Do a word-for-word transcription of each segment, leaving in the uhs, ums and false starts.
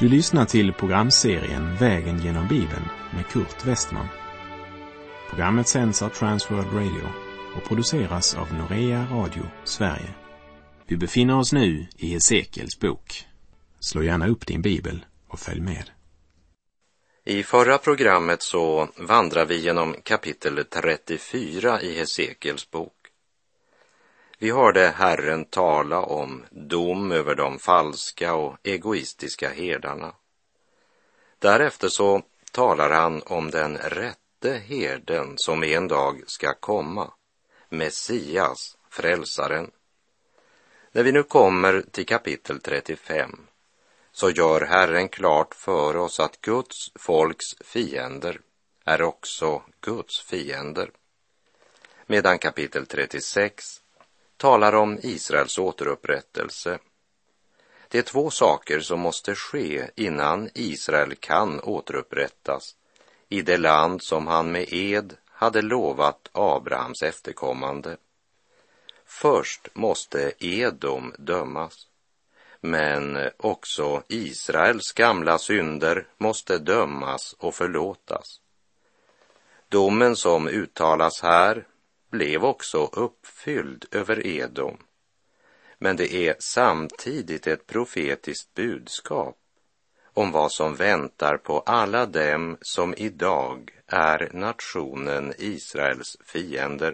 Du lyssnar till programserien Vägen genom Bibeln med Kurt Westman. Programmet sänds av Transworld Radio och produceras av Norea Radio Sverige. Vi befinner oss nu i Hesekiels bok. Slå gärna upp din bibel och följ med. I förra programmet så vandrar vi genom kapitel trettiofyra i Hesekiels bok. Vi hörde Herren tala om dom över de falska och egoistiska herdarna. Därefter så talar han om den rätte herden som en dag ska komma, Messias, frälsaren. När vi nu kommer till kapitel trettiofem så gör Herren klart för oss att Guds folks fiender är också Guds fiender. Medan kapitel trettiosex talar om Israels återupprättelse. Det är två saker som måste ske innan Israel kan återupprättas i det land som han med ed hade lovat Abrahams efterkommande. Först måste Edom dömas, men också Israels gamla synder måste dömas och förlåtas. Domen som uttalas här blev också uppfylld över Edom. Men det är samtidigt ett profetiskt budskap om vad som väntar på alla dem som idag är nationen Israels fiender.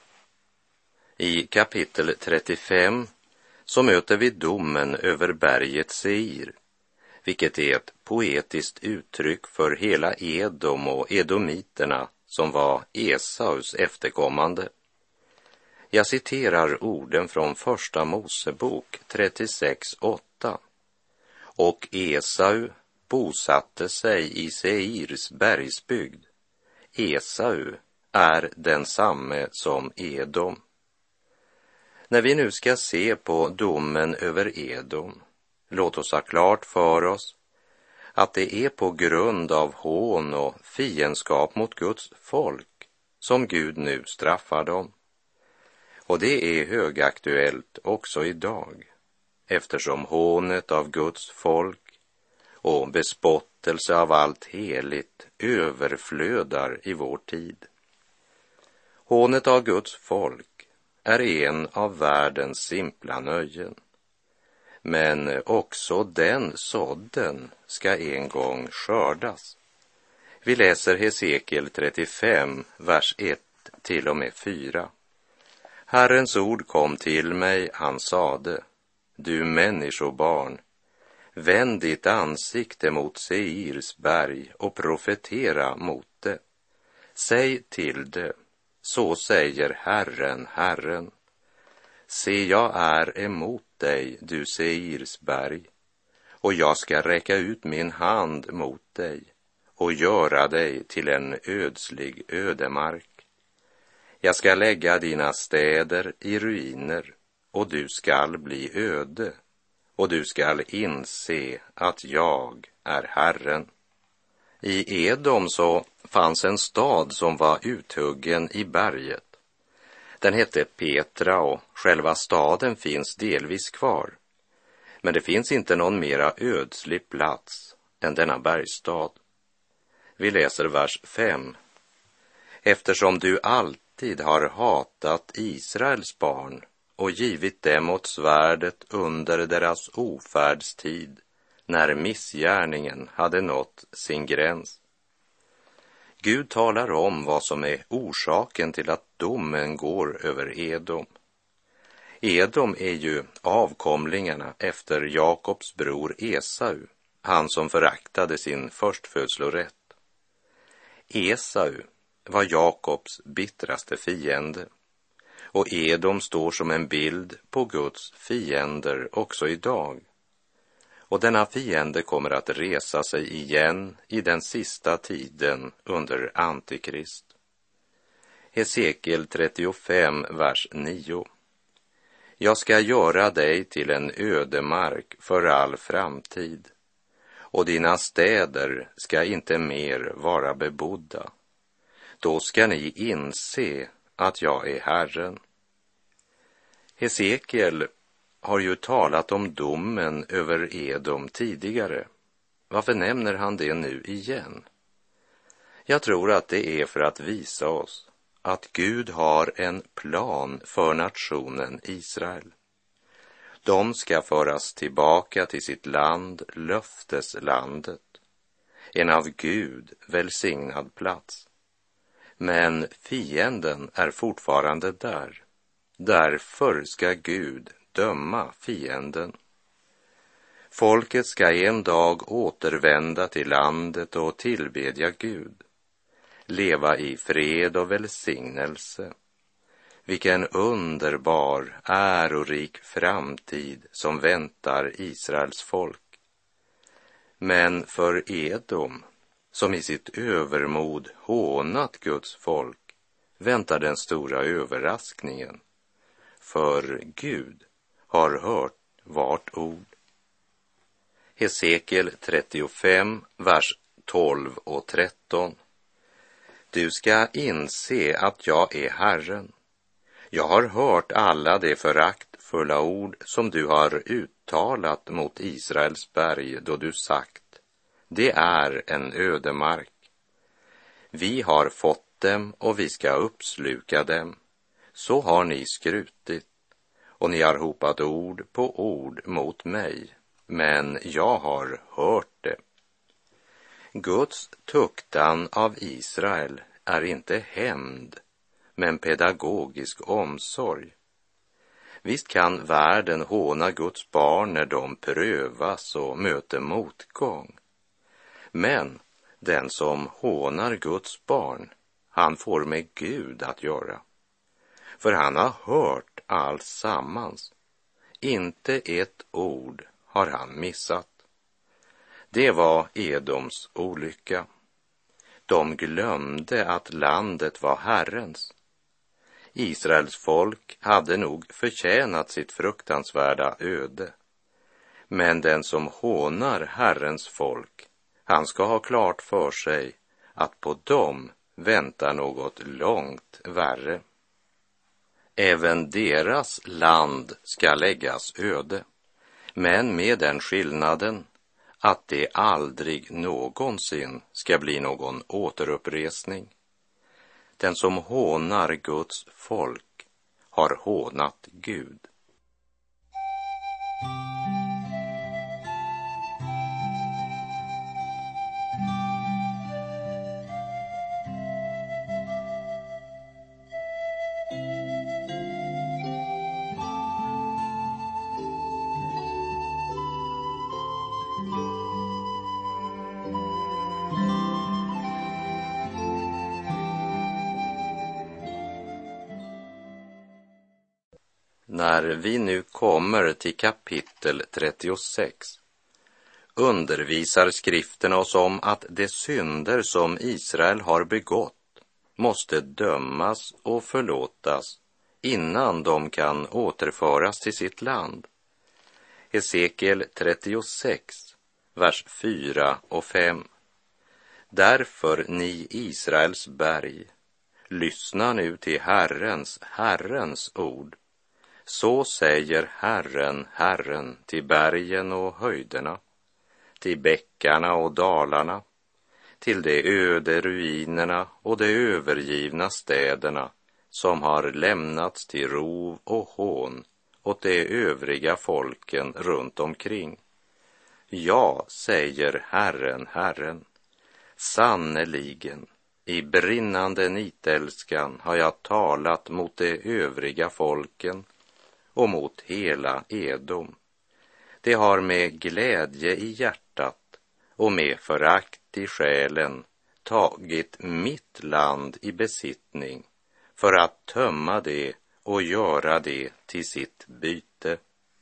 I kapitel trettiofem så möter vi domen över berget Seir, vilket är ett poetiskt uttryck för hela Edom och edomiterna som var Esaus efterkommande. Jag citerar orden från första Mosebok trettiosex åtta. Och Esau bosatte sig i Seirs bergsbygd. Esau är densamme som Edom. När vi nu ska se på domen över Edom, låt oss ha klart för oss att det är på grund av hån och fiendskap mot Guds folk som Gud nu straffar dem. Och det är högaktuellt också idag, eftersom hånet av Guds folk och bespottelse av allt heligt överflödar i vår tid. Hånet av Guds folk är en av världens simpla nöjen. Men också den sådden ska en gång skördas. Vi läser Hesekiel trettiofem, vers ett till och med fyra. Herrens ord kom till mig, han sade: Du människobarn, vänd ditt ansikte mot Seirs berg och profetera mot det. Säg till det, så säger Herren, Herren. Se, jag är emot dig, du Seirs berg, och jag ska räcka ut min hand mot dig och göra dig till en ödslig ödemark. Jag ska lägga dina städer i ruiner, och du skall bli öde, och du skall inse att jag är Herren. I Edom så fanns en stad som var uthuggen i berget. Den hette Petra och själva staden finns delvis kvar. Men det finns inte någon mera ödslig plats än denna bergstad. Vi läser vers fem. Eftersom du alltid har hatat Israels barn och givit dem åt svärdet under deras ofärdstid, när missgärningen hade nått sin gräns. Gud talar om vad som är orsaken till att domen går över Edom. Edom är ju avkomlingarna efter Jakobs bror Esau, han som föraktade sin förstfödslorätt. Esau var Jakobs bittraste fiende, och Edom står som en bild på Guds fiender också idag. Och denna fiende kommer att resa sig igen i den sista tiden under Antikrist. Hesekiel trettiofem, vers nio. Jag ska göra dig till en ödemark för all framtid, och dina städer ska inte mer vara bebodda. Då ska ni inse att jag är Herren. Hesekiel har ju talat om domen över Edom tidigare Varför nämner han det nu igen? Jag tror att det är för att visa oss att Gud har en plan för nationen Israel. De ska föras tillbaka till sitt land, löfteslandet, en av Gud välsignad plats. Men fienden är fortfarande där. Därför ska Gud döma fienden. Folket ska en dag återvända till landet och tillbedja Gud. Leva i fred och välsignelse. Vilken underbar, ärorik framtid som väntar Israels folk. Men för Edom, som i sitt övermod hånat Guds folk, väntar den stora överraskningen. För Gud har hört vart ord. Hesekiel trettiofem, vers tolv och tretton. Du ska inse att jag är Herren. Jag har hört alla de föraktfulla ord som du har uttalat mot Israels berg då du sagt, det är en ödemark. Vi har fått dem och vi ska uppsluka dem. Så har ni skrutit och ni har hopat ord på ord mot mig, men jag har hört det. Guds tuktan av Israel är inte hämnd, men pedagogisk omsorg. Visst kan världen håna Guds barn när de prövas och möter motgång. Men den som hånar Guds barn, han får med Gud att göra. För han har hört allt sammans. Inte ett ord har han missat. Det var Edoms olycka. De glömde att landet var Herrens. Israels folk hade nog förtjänat sitt fruktansvärda öde. Men den som hånar Herrens folk, han ska ha klart för sig att på dem väntar något långt värre. Även deras land ska läggas öde, men med den skillnaden att det aldrig någonsin ska bli någon återuppresning. Den som hånar Guds folk har hånat Gud. När vi nu kommer till kapitel trettiosex undervisar skriften oss om att de synder som Israel har begått måste dömas och förlåtas innan de kan återföras till sitt land. Hesekiel trettiosex, vers fyra och fem. Därför, ni Israels berg, lyssna nu till Herrens, Herrens ord. Så säger Herren, Herren, till bergen och höjderna, till bäckarna och dalarna, till de öde ruinerna och de övergivna städerna som har lämnats till rov och hån åt de övriga folken runt omkring. Ja, säger Herren, Herren, sannerligen, i brinnande nitälskan har jag talat mot de övriga folken och mot hela Edom. Det har med glädje i hjärtat och med förakt i själen tagit mitt land i besittning för att tömma det och göra det till sitt byte.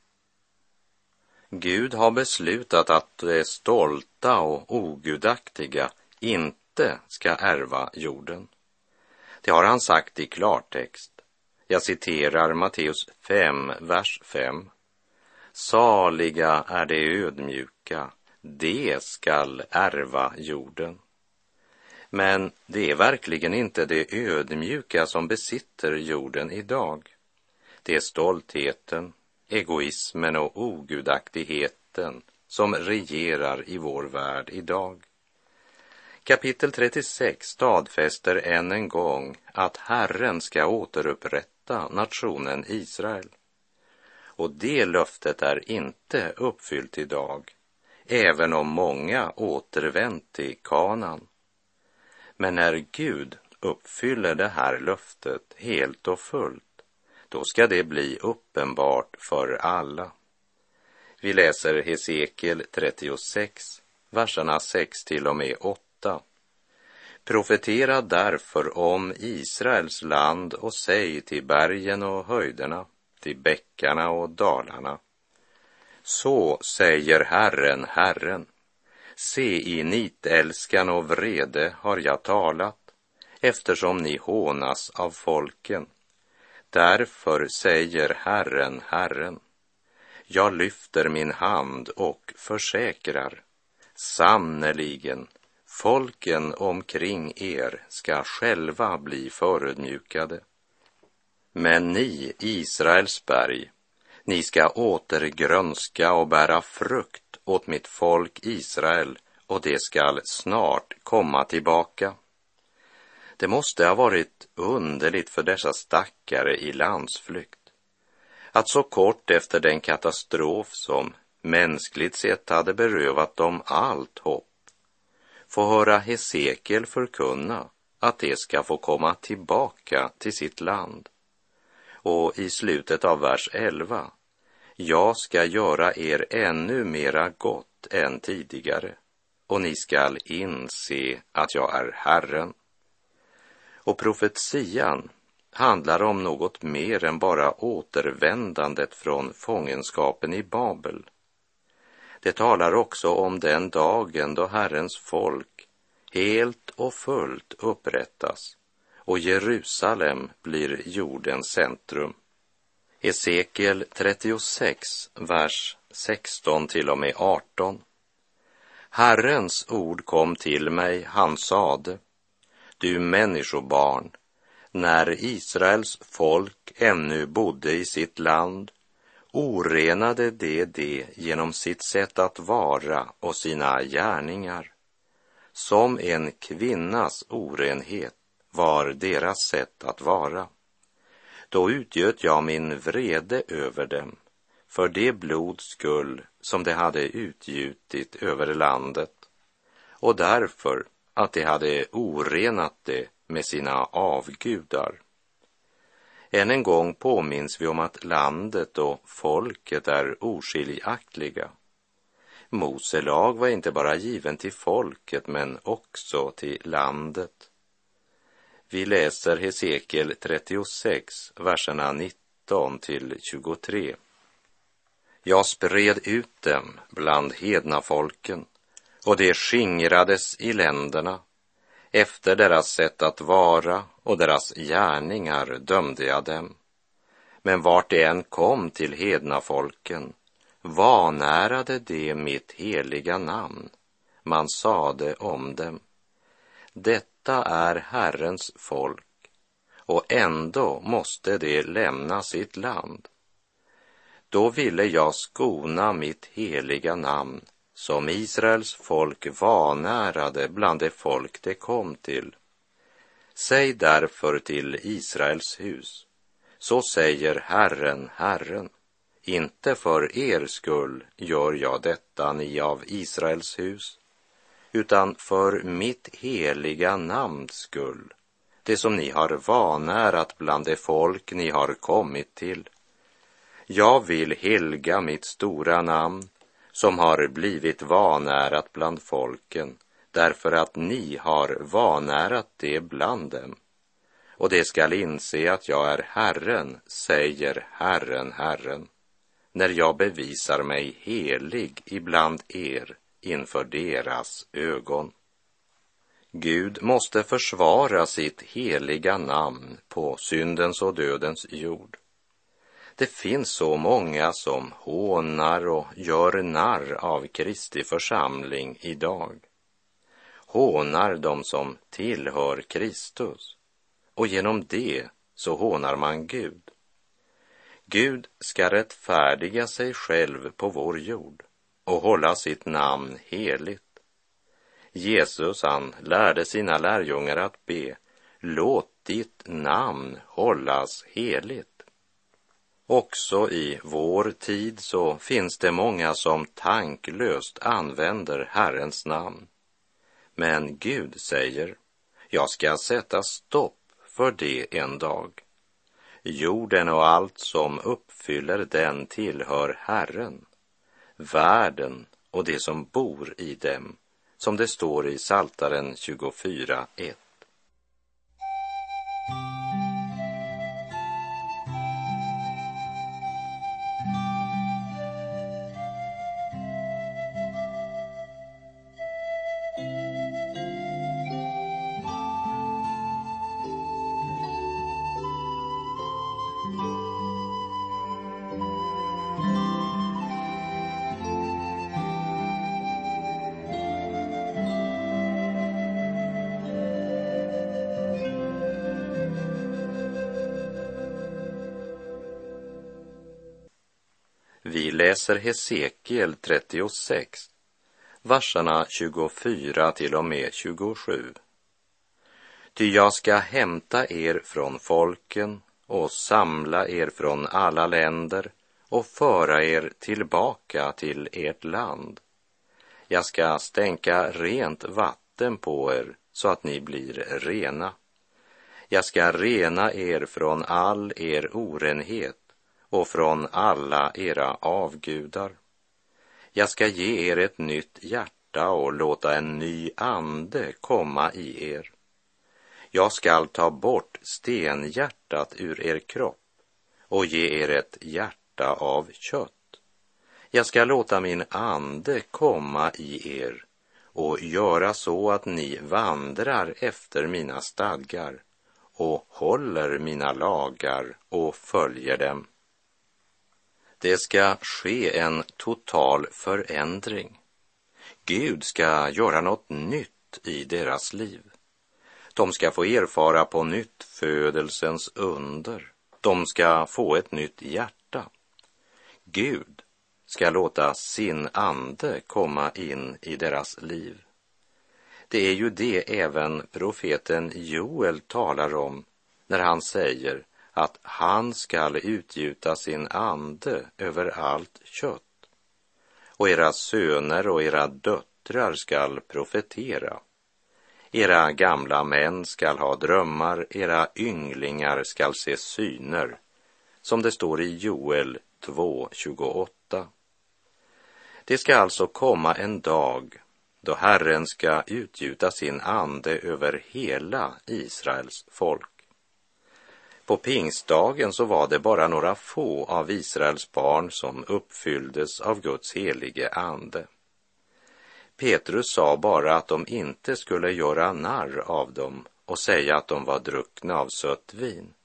Gud har beslutat att de stolta och ogudaktiga inte ska ärva jorden. Det har han sagt i klartext. Jag citerar Matteus fem, vers fem. Saliga är de ödmjuka, de skall ärva jorden. Men det är verkligen inte de ödmjuka som besitter jorden idag. Det är stoltheten, egoismen och ogudaktigheten som regerar i vår värld idag. Kapitel trettiosex stadfäster än en gång att Herren ska återupprätta nationen Israel. Och det löftet är inte uppfyllt idag, även om många återvänt till Kanaan. Men när Gud uppfyller det här löftet helt och fullt, då ska det bli uppenbart för alla. Vi läser Hesekiel trettiosex, verserna sex till och med åtta. Profetera därför om Israels land och säg till bergen och höjderna, till bäckarna och dalarna. Så säger Herren, Herren. Se, i nitälskan och vrede har jag talat, eftersom ni hånas av folken. Därför säger Herren, Herren. Jag lyfter min hand och försäkrar, sannerligen, folken omkring er ska själva bli förödmjukade. Men ni, Israels berg, ni ska återgrönska och bära frukt åt mitt folk Israel, och det skall snart komma tillbaka. Det måste ha varit underligt för dessa stackare i landsflykt att så kort efter den katastrof som mänskligt sett hade berövat dem allt hopp, få höra Hesekiel förkunna att de ska få komma tillbaka till sitt land. Och i slutet av vers elva, jag ska göra er ännu mera gott än tidigare, och ni skall inse att jag är Herren. Och profetian handlar om något mer än bara återvändandet från fångenskapen i Babel. Det talar också om den dagen då Herrens folk helt och fullt upprättas och Jerusalem blir jordens centrum. Hesekiel trettiosex, vers sexton till och med arton. Herrens ord kom till mig, han sade, du människobarn, när Israels folk ännu bodde i sitt land, orenade de det genom sitt sätt att vara och sina gärningar. Som en kvinnas orenhet var deras sätt att vara. Då utgöt jag min vrede över dem, för det blods skull som de hade utgjutit över landet, och därför att de hade orenat det med sina avgudar. Än en gång påminns vi om att landet och folket är oskiljaktiga. Mose lag var inte bara given till folket, men också till landet. Vi läser Hesekiel trettiosex, verserna nitton till tjugotre. Jag spred ut dem bland hedna folken, och det skingrades i länderna. Efter deras sätt att vara och deras gärningar dömde jag dem. Men vart det än kom till hedna folken, vanärade de mitt heliga namn. Man sade om dem, detta är Herrens folk, och ändå måste de lämna sitt land. Då ville jag skona mitt heliga namn, som Israels folk vanärade bland det folk det kom till. Säg därför till Israels hus, så säger Herren, Herren, inte för er skull gör jag detta, ni av Israels hus, utan för mitt heliga namns skull, det som ni har vanärat bland det folk ni har kommit till. Jag vill helga mitt stora namn, som har blivit vanärat bland folken, därför att ni har vanärat det bland dem. Och det skall inse att jag är Herren, säger Herren, Herren, när jag bevisar mig helig ibland er inför deras ögon. Gud måste försvara sitt heliga namn på syndens och dödens jord. Det finns så många som hånar och gör narr av Kristi församling idag. Hånar de som tillhör Kristus, och genom det så hånar man Gud. Gud ska rättfärdiga sig själv på vår jord, och hålla sitt namn heligt. Jesus, han lärde sina lärjungar att be: låt ditt namn hållas heligt. Också i vår tid så finns det många som tanklöst använder Herrens namn. Men Gud säger: jag ska sätta stopp för det en dag. Jorden och allt som uppfyller den tillhör Herren. Världen och det som bor i dem, som det står i Psaltaren tjugofyra ett. Vi läser Hesekiel trettiosex, verserna tjugofyra till och med tjugosju. Ty jag ska hämta er från folken och samla er från alla länder och föra er tillbaka till ert land. Jag ska stänka rent vatten på er så att ni blir rena. Jag ska rena er från all er orenhet och från alla era avgudar. Jag ska ge er ett nytt hjärta och låta en ny ande komma i er. Jag ska ta bort stenhjärtat ur er kropp och ge er ett hjärta av kött. Jag ska låta min ande komma i er och göra så att ni vandrar efter mina stadgar och håller mina lagar och följer dem. Det ska ske en total förändring. Gud ska göra något nytt i deras liv. De ska få erfara på nytt födelsens under. De ska få ett nytt hjärta. Gud ska låta sin ande komma in i deras liv. Det är ju det även profeten Joel talar om när han säger att han skall utgjuta sin ande över allt kött. Och era söner och era döttrar skall profetera. Era gamla män skall ha drömmar, era ynglingar skall se syner, som det står i Joel två tjugoåtta. Det ska alltså komma en dag då Herren ska utgjuta sin ande över hela Israels folk. På pingstdagen så var det bara några få av Israels barn som uppfylldes av Guds helige ande. Petrus sa bara att de inte skulle göra narr av dem och säga att de var druckna av sött vin.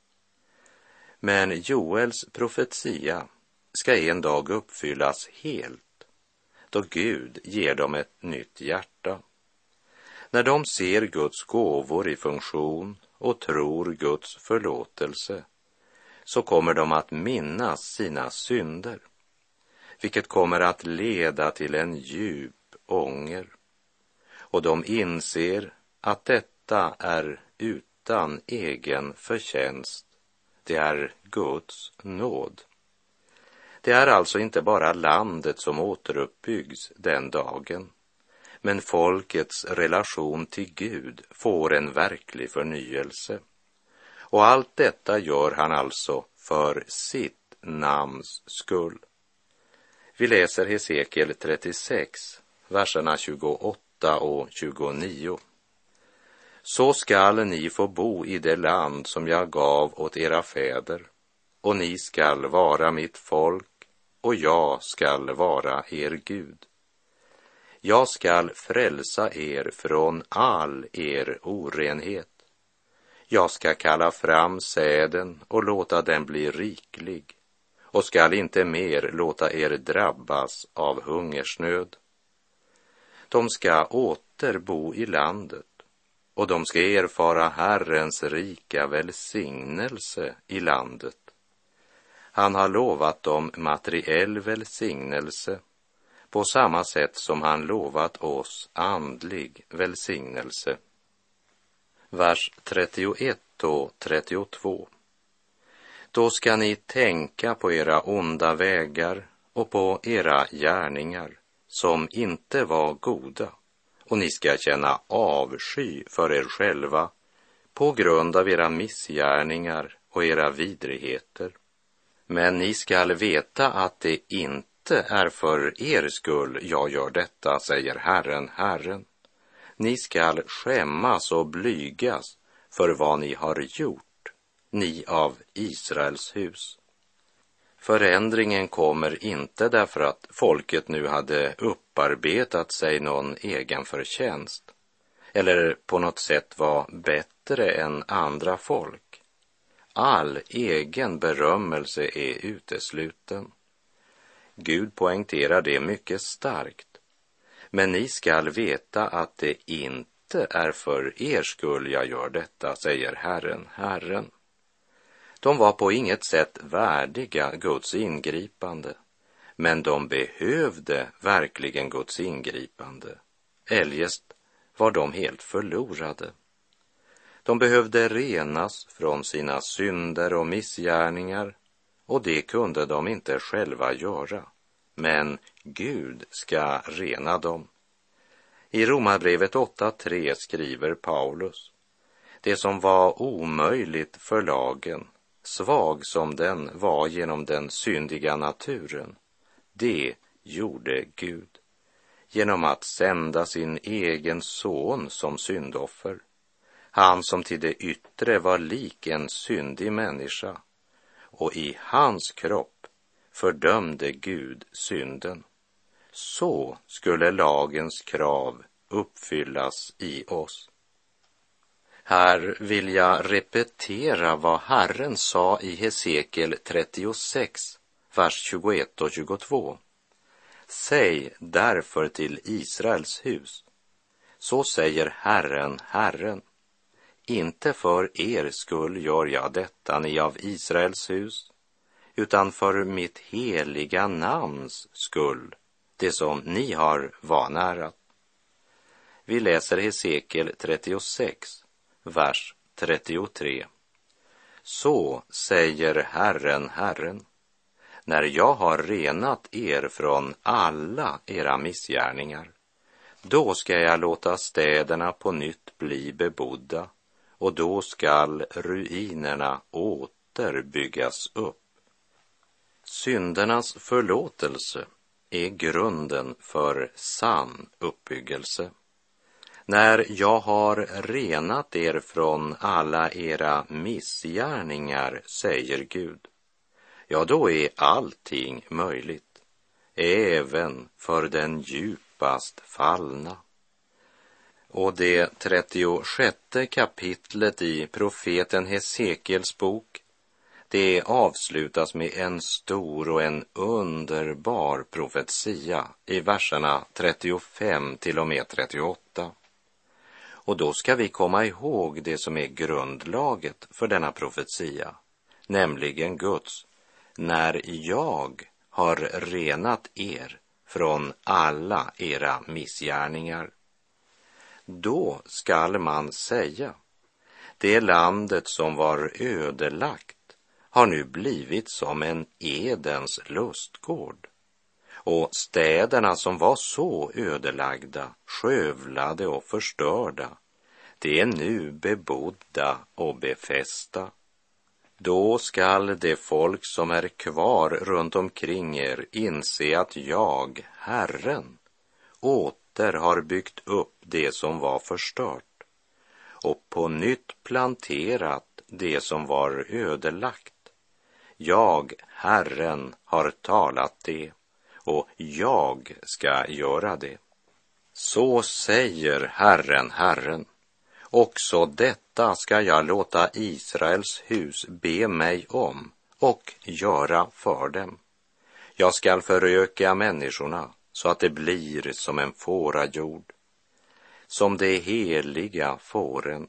Men Joels profetia ska en dag uppfyllas helt, då Gud ger dem ett nytt hjärta. När de ser Guds gåvor i funktion och tror Guds förlåtelse, så kommer de att minnas sina synder, vilket kommer att leda till en djup ånger. Och de inser att detta är utan egen förtjänst. Det är Guds nåd. Det är alltså inte bara landet som återuppbyggs den dagen, men folkets relation till Gud får en verklig förnyelse. Och allt detta gör han alltså för sitt namns skull. Vi läser Hesekiel trettiosex, verserna tjugoåtta och tjugonio. Så skall ni få bo i det land som jag gav åt era fäder, och ni skall vara mitt folk, och jag skall vara er Gud. Jag skall frälsa er från all er orenhet. Jag ska kalla fram säden och låta den bli riklig, och skall inte mer låta er drabbas av hungersnöd. De ska åter bo i landet, och de ska erfara Herrens rika välsignelse i landet. Han har lovat dem materiell välsignelse, på samma sätt som han lovat oss andlig välsignelse. Vers trettioett och trettiotvå. Då ska ni tänka på era onda vägar och på era gärningar som inte var goda, och ni ska känna avsky för er själva på grund av era missgärningar och era vidrigheter. Men ni skall veta att det inte är för er skull jag gör detta, säger Herren, Herren. Ni skall skämmas och blygas för vad ni har gjort, ni av Israels hus. Förändringen kommer inte därför att folket nu hade upparbetat sig någon egen förtjänst eller på något sätt var bättre än andra folk. All egen berömmelse är utesluten. Gud poängterar det mycket starkt. Men ni skall veta att det inte är för er skull jag gör detta, säger Herren, Herren. De var på inget sätt värdiga Guds ingripande, men de behövde verkligen Guds ingripande. Eljest var de helt förlorade. De behövde renas från sina synder och missgärningar, och det kunde de inte själva göra. Men Gud ska rena dem. I Romarbrevet åtta tre skriver Paulus: det som var omöjligt för lagen, svag som den var genom den syndiga naturen, det gjorde Gud genom att sända sin egen son som syndoffer. Han som till det yttre var lik en syndig människa, och i hans kropp fördömde Gud synden. Så skulle lagens krav uppfyllas i oss. Här vill jag repetera vad Herren sa i Hesekiel trettiosex, vers tjugoett och tjugotvå. Säg därför till Israels hus, så säger Herren, Herren. Inte för er skull gör jag detta, ni av Israels hus, utan för mitt heliga namns skull, det som ni har vanärat. Vi läser Hesekiel trettiosex, vers trettiotre. Så säger Herren, Herren, när jag har renat er från alla era missgärningar, då ska jag låta städerna på nytt bli bebodda, och då skall ruinerna åter byggas upp. Syndernas förlåtelse är grunden för sann uppbyggelse. När jag har renat er från alla era missgärningar, säger Gud, ja, då är allting möjligt, även för den djupast fallna. Och det trettiosjätte kapitlet i profeten Hesekiels bok, det avslutas med en stor och en underbar profetia i verserna trettiofem till och med trettioåtta. Och då ska vi komma ihåg det som är grundlaget för denna profetia, nämligen Guds: när jag har renat er från alla era missgärningar, då skall man säga, det landet som var ödelagt har nu blivit som en Edens lustgård, och städerna som var så ödelagda, skövlade och förstörda, det är nu bebodda och befästa. Då skall det folk som är kvar runt omkring er inse att jag, Herren, åter har byggt upp det som var förstört och på nytt planterat det som var ödelagt. Jag, Herren, har talat det, och jag ska göra det. Så säger Herren, Herren. Också detta ska jag låta Israels hus be mig om och göra för dem. Jag skall föröka människorna så att det blir som en fårajord, som de heliga fåren,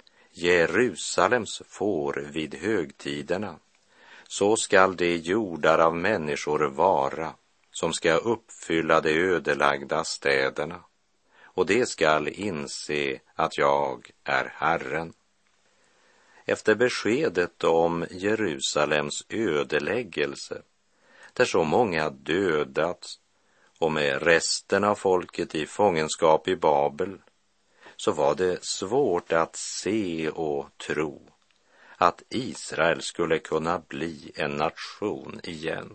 Jerusalems får vid högtiderna. Så skall de jordar av människor vara, som ska uppfylla de ödelagda städerna, och det skall inse att jag är Herren. Efter beskedet om Jerusalems ödeläggelse, där så många dödats, och med resten av folket i fångenskap i Babel, så var det svårt att se och tro att Israel skulle kunna bli en nation igen.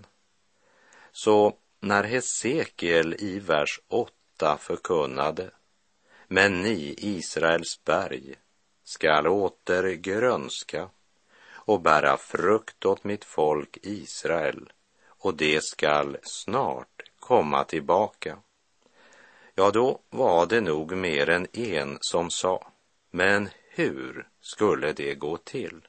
Så när Hesekiel i vers åtta förkunnade: men ni, Israels berg, skall åter grönska och bära frukt åt mitt folk Israel, och det skall snart komma tillbaka. Ja, då var det nog mer än en som sa: men hur skulle det gå till?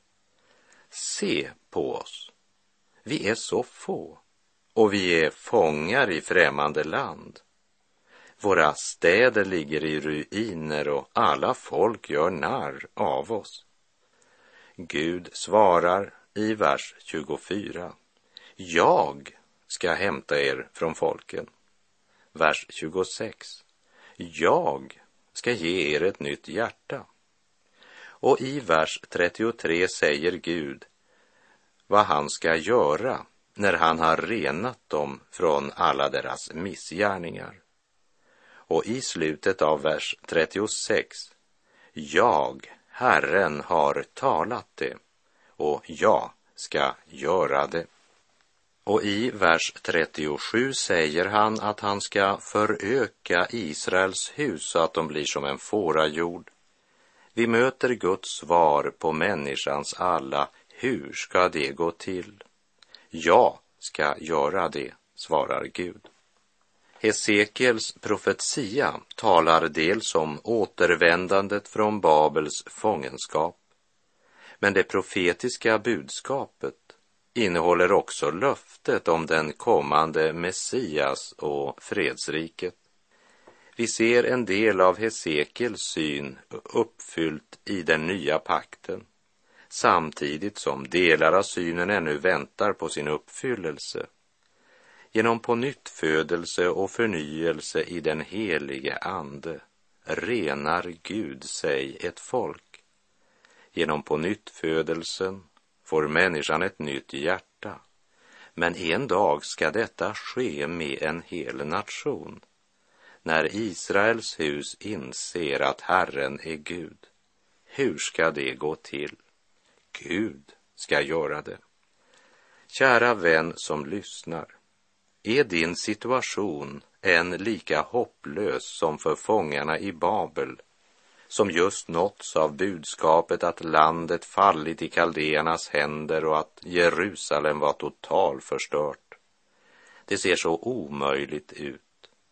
Se på oss, vi är så få, och vi är fångar i främmande land. Våra städer ligger i ruiner och alla folk gör narr av oss. Gud svarar i vers tjugofyra: jag ska hämta er från folken. Vers tjugosex: jag ska ge er ett nytt hjärta. Och i vers trettiotre säger Gud vad han ska göra när han har renat dem från alla deras missgärningar. Och i slutet av vers trettiosex: jag, Herren, har talat det, och jag ska göra det. Och i vers trettiosju säger han att han ska föröka Israels hus så att de blir som en fårajord. Vi möter Guds svar på människans alla: hur ska det gå till? Jag ska göra det, svarar Gud. Hesekiels profetia talar dels om återvändandet från Babels fångenskap, men det profetiska budskapet innehåller också löftet om den kommande Messias och fredsriket. Vi ser en del av Hesekiels syn uppfyllt i den nya pakten, samtidigt som delar av synen ännu väntar på sin uppfyllelse. Genom pånyttfödelse och förnyelse i den helige ande renar Gud sig ett folk. Genom pånyttfödelsen får människan ett nytt hjärta, men en dag ska detta ske med en hel nation. När Israels hus inser att Herren är Gud, hur ska det gå till? Gud ska göra det. Kära vän som lyssnar, är din situation än lika hopplös som för fångarna i Babel, som just nåtts av budskapet att landet fallit i kaldéernas händer och att Jerusalem var totalt förstört? Det ser så omöjligt ut.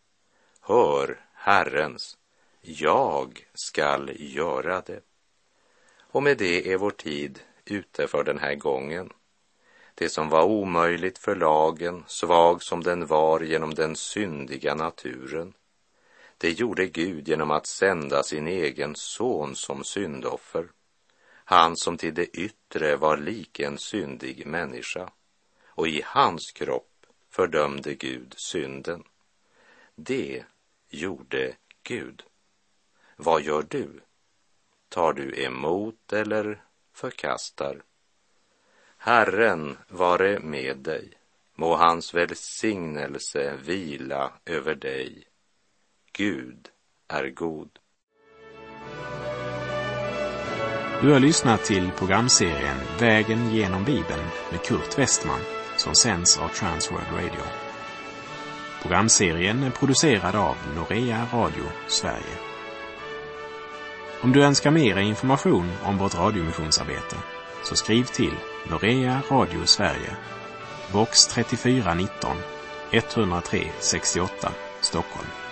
Hör Herrens: jag skall göra det. Och med det är vår tid ute för den här gången. Det som var omöjligt för lagen, svag som den var genom den syndiga naturen, det gjorde Gud genom att sända sin egen son som syndoffer. Han som till det yttre var lik en syndig människa, och i hans kropp fördömde Gud synden. Det gjorde Gud. Vad gör du? Tar du emot eller förkastar? Herren vare med dig. Må hans välsignelse vila över dig. Gud är god. Du har lyssnat till programserien Vägen genom Bibeln med Kurt Westman, som sänds av Transworld Radio. Programserien är producerad av Norea Radio Sverige. Om du önskar mer information om vårt radiomissionsarbete, så skriv till Norea Radio Sverige, box trettiofyra nitton, etthundratre sextioåtta, Stockholm.